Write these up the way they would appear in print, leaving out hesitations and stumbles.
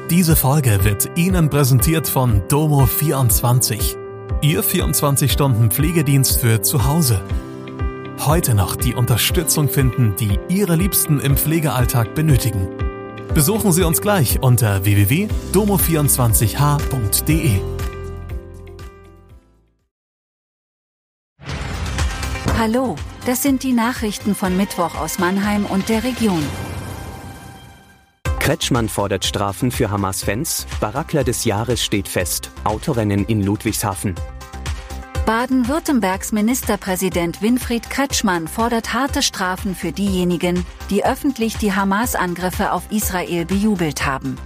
Diese Folge wird Ihnen präsentiert von Domo24. Ihr 24-Stunden-Pflegedienst für zu Hause. Heute noch die Unterstützung finden, die Ihre Liebsten im Pflegealltag benötigen. Besuchen Sie uns gleich unter www.domo24h.de. Hallo, das sind die Nachrichten von Mittwoch aus Mannheim und der Region. Kretschmann fordert Strafen für Hamas-Fans, Barackler des Jahres steht fest, Autorennen in Ludwigshafen. Baden-Württembergs Ministerpräsident Winfried Kretschmann fordert harte Strafen für diejenigen, die öffentlich die Hamas-Angriffe auf Israel bejubelt haben.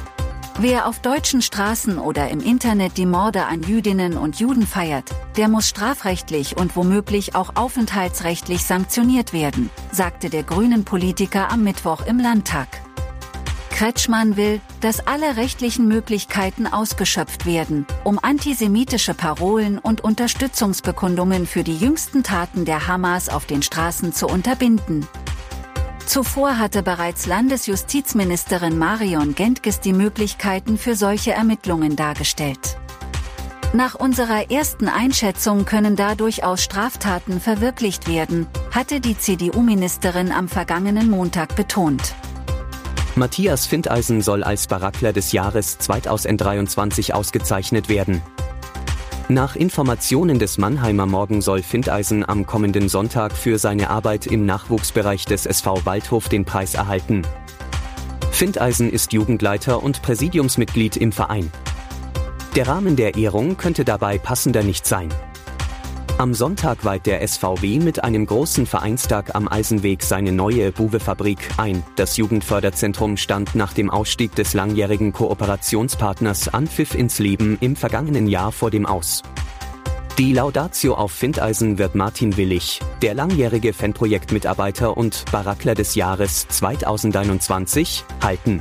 Wer auf deutschen Straßen oder im Internet die Morde an Jüdinnen und Juden feiert, der muss strafrechtlich und womöglich auch aufenthaltsrechtlich sanktioniert werden, sagte der Grünen-Politiker am Mittwoch im Landtag. Kretschmann will, dass alle rechtlichen Möglichkeiten ausgeschöpft werden, um antisemitische Parolen und Unterstützungsbekundungen für die jüngsten Taten der Hamas auf den Straßen zu unterbinden. Zuvor hatte bereits Landesjustizministerin Marion Gentges die Möglichkeiten für solche Ermittlungen dargestellt. Nach unserer ersten Einschätzung können da durchaus Straftaten verwirklicht werden, hatte die CDU-Ministerin am vergangenen Montag betont. Matthias Findeisen soll als Barackler des Jahres 2023 ausgezeichnet werden. Nach Informationen des Mannheimer Morgen soll Findeisen am kommenden Sonntag für seine Arbeit im Nachwuchsbereich des SV Waldhof den Preis erhalten. Findeisen ist Jugendleiter und Präsidiumsmitglied im Verein. Der Rahmen der Ehrung könnte dabei passender nicht sein. Am Sonntag weiht der SVW mit einem großen Vereinstag am Eisenweg seine neue Buwe-Fabrik ein. Das Jugendförderzentrum stand nach dem Ausstieg des langjährigen Kooperationspartners Anpfiff ins Leben im vergangenen Jahr vor dem Aus. Die Laudatio auf Findeisen wird Martin Willig, der langjährige Fanprojektmitarbeiter und Barackler des Jahres 2021, halten.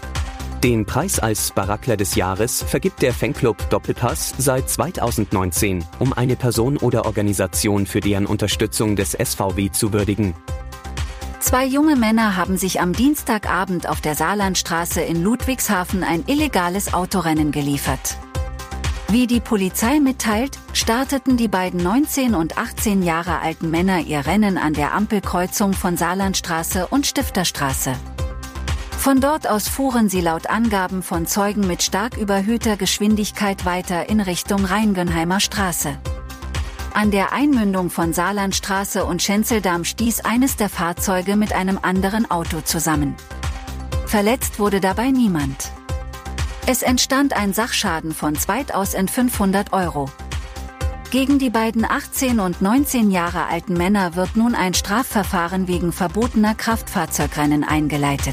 Den Preis als Barackler des Jahres vergibt der Fanclub Doppelpass seit 2019, um eine Person oder Organisation für deren Unterstützung des SVW zu würdigen. 2 junge Männer haben sich am Dienstagabend auf der Saarlandstraße in Ludwigshafen ein illegales Autorennen geliefert. Wie die Polizei mitteilt, starteten die beiden 19 und 18 Jahre alten Männer ihr Rennen an der Ampelkreuzung von Saarlandstraße und Stifterstraße. Von dort aus fuhren sie laut Angaben von Zeugen mit stark überhöhter Geschwindigkeit weiter in Richtung Rheingenheimer Straße. An der Einmündung von Saarlandstraße und Schenzeldamm stieß eines der Fahrzeuge mit einem anderen Auto zusammen. Verletzt wurde dabei niemand. Es entstand ein Sachschaden von 2.500 €. Gegen die beiden 18 und 19 Jahre alten Männer wird nun ein Strafverfahren wegen verbotener Kraftfahrzeugrennen eingeleitet.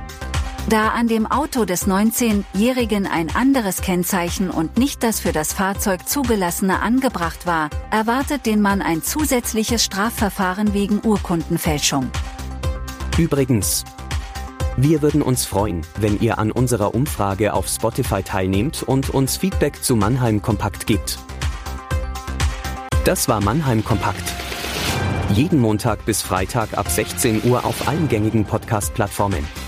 Da an dem Auto des 19-Jährigen ein anderes Kennzeichen und nicht das für das Fahrzeug zugelassene angebracht war, erwartet den Mann ein zusätzliches Strafverfahren wegen Urkundenfälschung. Übrigens, wir würden uns freuen, wenn ihr an unserer Umfrage auf Spotify teilnehmt und uns Feedback zu Mannheim Kompakt gebt. Das war Mannheim Kompakt. Jeden Montag bis Freitag ab 16 Uhr auf allen gängigen Podcast-Plattformen.